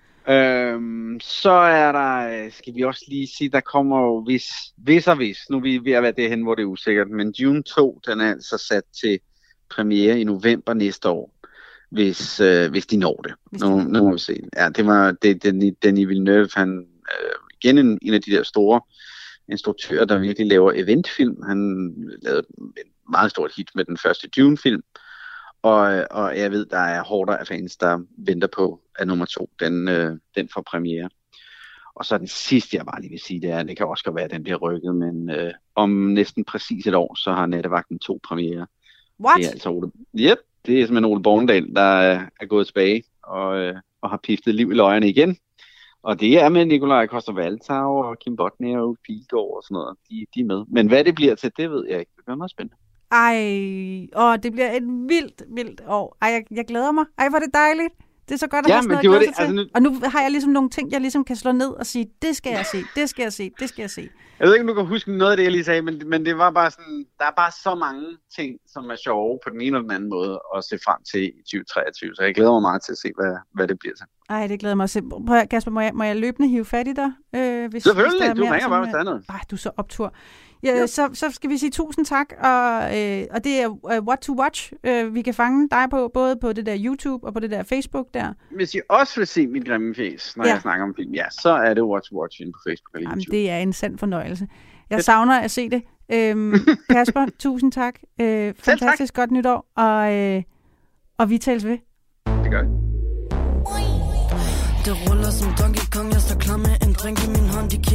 Øhm, så er der, skal vi også lige sige, der kommer jo hvis, hvis og hvis, nu er vi ved at være derhen, hvor det er usikkert, men Dune to, den er altså sat til premiere i november næste år, hvis, øh, hvis de når det. Nu, nu må vi se. Ja, det var det, den, Denis Villeneuve, han øh, igen en, en af de der store instruktører, der virkelig laver eventfilm. Han lavede et meget stort hit med den første Dune-film. Og, og jeg ved, der er hårder af fans, der venter på, at nummer to, den, øh, den får premiere. Og så den sidste, jeg bare lige vil sige, det er, det kan også godt være, at den bliver rykket, men øh, om næsten præcis et år, så har Nattevagten to premiere. What? Det er altså Ole, yep, det er simpelthen Ole Bornedal, der er, er gået tilbage og, øh, og har piftet liv i løjerne igen. Og det er med Nikolaj Coster-Waldau og Kim Bodnia og Pilgaard og sådan noget. De, de er med. Men hvad det bliver til, det ved jeg ikke. Det bliver meget spændende. Ej, åh, det bliver et vildt, vildt år. Ej, jeg, jeg glæder mig. Ej, hvor er det dejligt. Det er så godt at Ja, have sådan men noget det var at glæde det, sig til. altså Og nu har jeg ligesom nogle ting, jeg ligesom kan slå ned og sige, det skal jeg se, det skal jeg se, det skal jeg se. Jeg ved ikke, om du kan huske noget af det, jeg lige sagde, men, men det var bare sådan, der er bare så mange ting, som er sjove på den ene eller den anden måde at se frem til i tyve treogtyve. Så jeg glæder mig meget til at se, hvad, hvad det bliver til. Ej, det glæder mig til. Prøv at, Kasper, må jeg, må jeg løbende hive fat i dig? Øh, hvis, Selvfølgelig, hvis der er du mere, ringer som, bare, hvis der er noget. Ej, du er så optur. Ja, ja. Så, så skal vi sige tusind tak, og, øh, og det er uh, What to Watch. Uh, vi kan fange dig på, både på det der YouTube og på det der Facebook der. Hvis I også vil se mit grimme fjes, når Ja. ja. jeg snakker om film, ja, så er det What to Watch inde på Facebook og Jamen, YouTube. det er en sand fornøjelse. Jeg savner at se det. Øhm, Kasper, tusind tak. Øh, fantastisk godt nytår, og, øh, og vi tales ved. Det gør vi. Det ruller som Donkey Kong, jeg står klar med en drink i min hånd, de kigger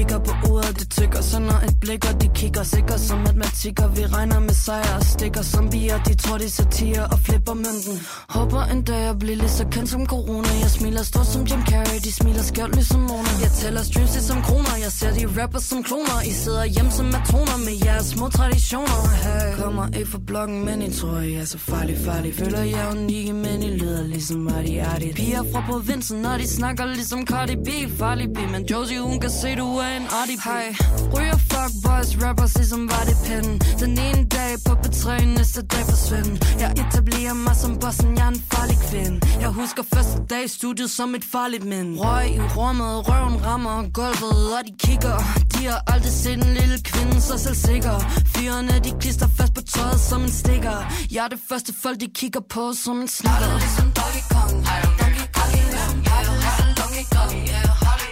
kigger på uret, det tykker, sender et blik, og de kigger sikker som matematikker. Vi regner med sejr og stikker som bier, de tror de satire og flipper mønten. Håber en dag jeg bliver lige så kendt som corona. Jeg smiler stort som Jim Carrey, de smiler skævt ligesom Mona. Jeg tæller streams som kroner, jeg ser de rapper som kloner. I sidder hjem som matroner med jeres små traditioner. Hey. Kommer ikke fra bloggen, men I tror I er så farlig, farlig. Føler jeg unikke, men I lyder ligesom Marty Arty. Piger fra provinsen, når de snakker ligesom Cardi B. Farlig B, men Josie, hun kan se, du er en arty B. Hey. Ryger fuck boys, rappers ligesom var det pinden. Den ene dag på P tre, næste dag forsvinden. Jeg etablerer mig som bossen, jeg er en farlig kvinde. Jeg husker første dag i studiet som et farligt mind. Røg i rummet, røven rammer gulvet, og de kigger. De har aldrig set en lille kvinde så selvsikker. Fyrene, de klister fast på tøjet som en stikker. Jeg er det første folk, de kigger på som en snikker. Har det ligesom Donkey Kong, har du Donkey Kong, har du ligesom Donkey Kong, yeah.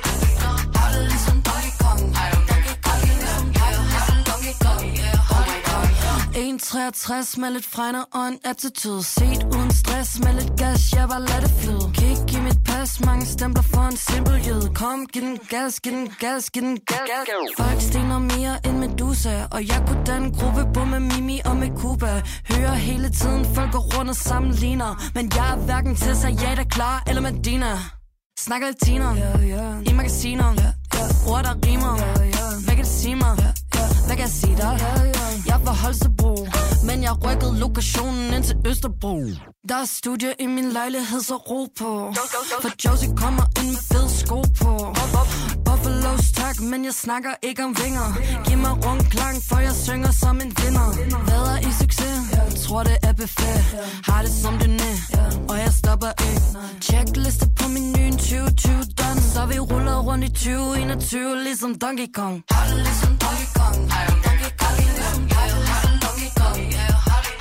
Har det ligesom Donkey Kong, har du Donkey Kong, har du ligesom Donkey Kong, yeah. Oh my god. en komma treogtres med lidt fregner og en attitude. Set uden stress med lidt gas, jeg bare lad det flyde. Kig i mit pas, mange stempler for en simpel jød. Kom, giv den gas, giv den gas, giv den gas. Folk stener mere end Medusa, og jeg kunne danne gruppe på med Mimi og med Cuba. Hører hele tiden folk går rundt og sammenligner, men jeg er hverken til Sayada, Klar eller Medina. Snakker latiner, yeah, yeah. I magasiner, yeah, yeah. Ord der rimer, yeah, yeah. Hvad kan det sige mig? Yeah, yeah. Hvad kan jeg sige dig? Yeah, yeah. Jeg var Holstebro, men jeg rykkede lokationen ind til Østerbro. Der er studie i min lejlighed, så ro på. For Josie kommer ind med fed sko på. Buffalos tak, men jeg snakker ikke om vinger. Giv mig rundklang, for jeg synger som en vinder. Hvad er I succes? Jeg tror det er buffet. Har det som det næ, og jeg stopper ikke. Checkliste på menuen tyve tyve done. Så vi ruller rundt i tyve enogtyve, ligesom Donkey Kong. Har det ligesom Donkey Kong, har du Donkey Kong, har du ligesom Donkey Kong, yeah.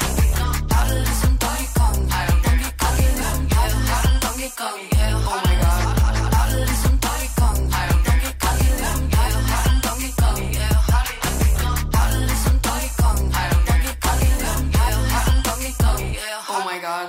Har det ligesom Donkey Kong, har du Donkey Kong, har du ligesom Donkey Kong, yeah. Oh my god. Har det ligesom Donkey Kong, har du Donkey Kong, har du ligesom Donkey Kong, yeah. Har det ligesom Donkey Kong, har du Donkey Kong, har du ligesom Donkey Kong, yeah. Oh my god.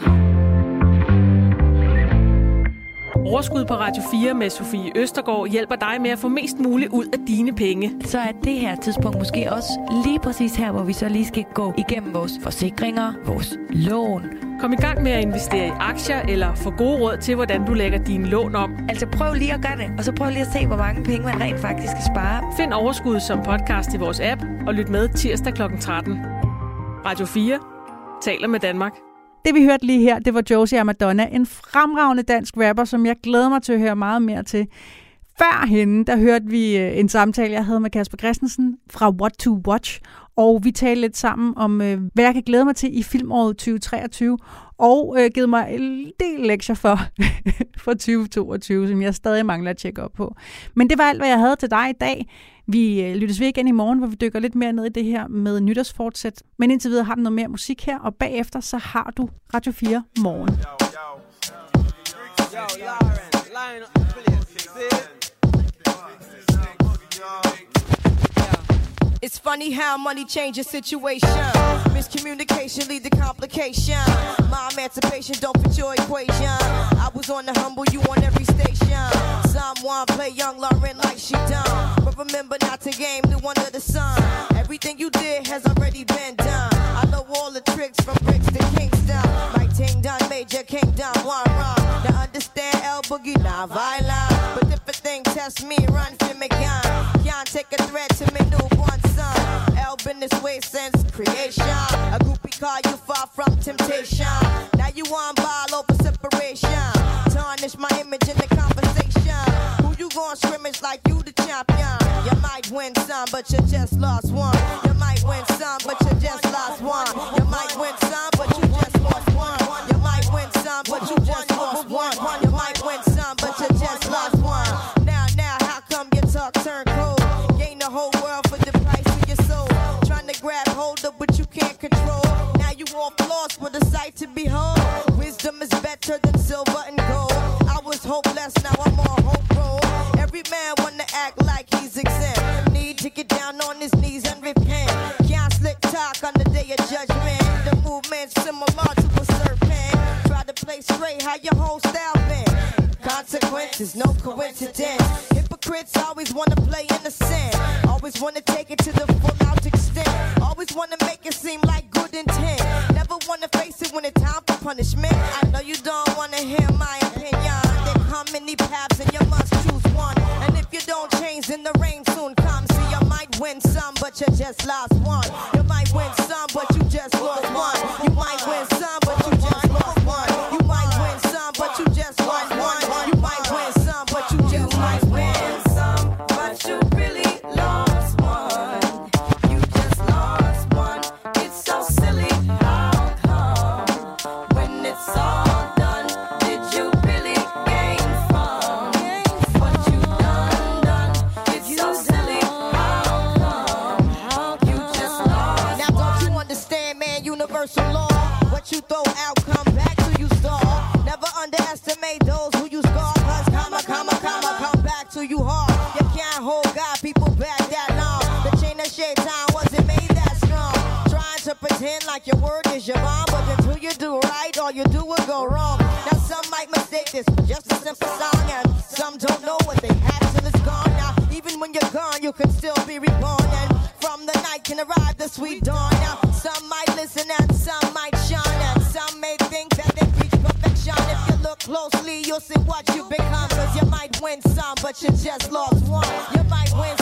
Overskud på Radio fire med Sofie Østergaard hjælper dig med at få mest muligt ud af dine penge. Så er det her tidspunkt måske også lige præcis her, hvor vi så lige skal gå igennem vores forsikringer, vores lån. Kom i gang med at investere i aktier eller få gode råd til, hvordan du lægger dine lån om. Altså prøv lige at gøre det, og så prøv lige at se, hvor mange penge man rent faktisk skal spare. Find Overskud som podcast i vores app og lyt med tirsdag klokken tretten. Radio fire taler med Danmark. Det vi hørte lige her, det var Josie og Madonna, en fremragende dansk rapper, som jeg glæder mig til at høre meget mere til. Før hende, der hørte vi en samtale, jeg havde med Kasper Christensen fra What to Watch, og vi talte lidt sammen om, hvad jeg kan glæde mig til i filmåret tyve treogtyve, og øh, givet mig en del lektier for, for tyve toogtyve, som jeg stadig mangler at tjekke op på. Men det var alt, hvad jeg havde til dig i dag. Vi øh, lyttes ved igen i morgen, hvor vi dykker lidt mere ned i det her med nytårsfortsæt. Men indtil videre har du noget mere musik her, og bagefter så har du Radio fire morgen. Yo, Lauren, line up, it's funny how money changes situation. Miscommunication lead to complication. My emancipation don't fit your equation. I was on the humble, you on every station. Someone play young Lauren like she done, but remember not to game new under the sun. Everything you did has already been done. I know all the tricks from bricks to Kingston. My ting done, Major Kingdom, one run. Now understand L Boogie, not violent, but if a thing test me, run for me gun. Can't take a threat to me newborn son. L been this way since creation. A groupie call you far from temptation. Now you on ball over separation. Tarnish my image in the conversation. Who you gon' scrimmage like you the champion? You might win some, but you just lost one. You might win some, but you just lost one. You might win some, but you just lost one. You might win some, but you just lost one. You might win some, but you just lost one. Now, now, how come your talk turn cold? Gain the whole world for the price of your soul. Trying to grab hold of what you can't control. Now you off lost with a sight to behold. Wisdom is better than silver and gold. I was hopeless, now I'm on hope roll. Every man wanna act like he's exempt. Need to get down on his knees and repent. Can't slick talk on the day of judgment. The movement's similar to a serpent. Try to play straight, how your whole style been. Consequences, no coincidence. Hypocrite hypocrites always wanna play innocent. Always wanna take it to the full out extent. Always wanna make it seem like good intent. Never wanna face it when it's time for punishment. I know you don't wanna hear my opinion. There come many paths and you must choose one. And if you don't change, then the rain soon comes. So you might win some, but you just lost one. You might win some, but you just lost one. You might win some, but you just lost one. You might win some, but you just lost one. You might win some, but you just might win some, but you really lost one. You just lost one. It's so silly. How come when it's all done, did you really gain from what you done done? It's so silly. How come you just lost? Now don't you understand, man? Universal law. What you throw out, come back to you store. Never underestimate those who you scar. Cause comma, comma, comma, come back to you hard. You can't hold God, people back that long. The chain of shaitan wasn't made that strong. Trying to pretend like your word is your bond, but until you do right, all you do will go wrong. Now some might mistake this for just a simple song, and some don't know what they had till it's gone. Now even when you're gone, you can still be reborn, and from the night can arrive the sweet dawn. Now some might listen and some might shine, and some may think that they reach perfection. If you look closely, you'll see what you become. Cause you might win some, but you just lost one. You might win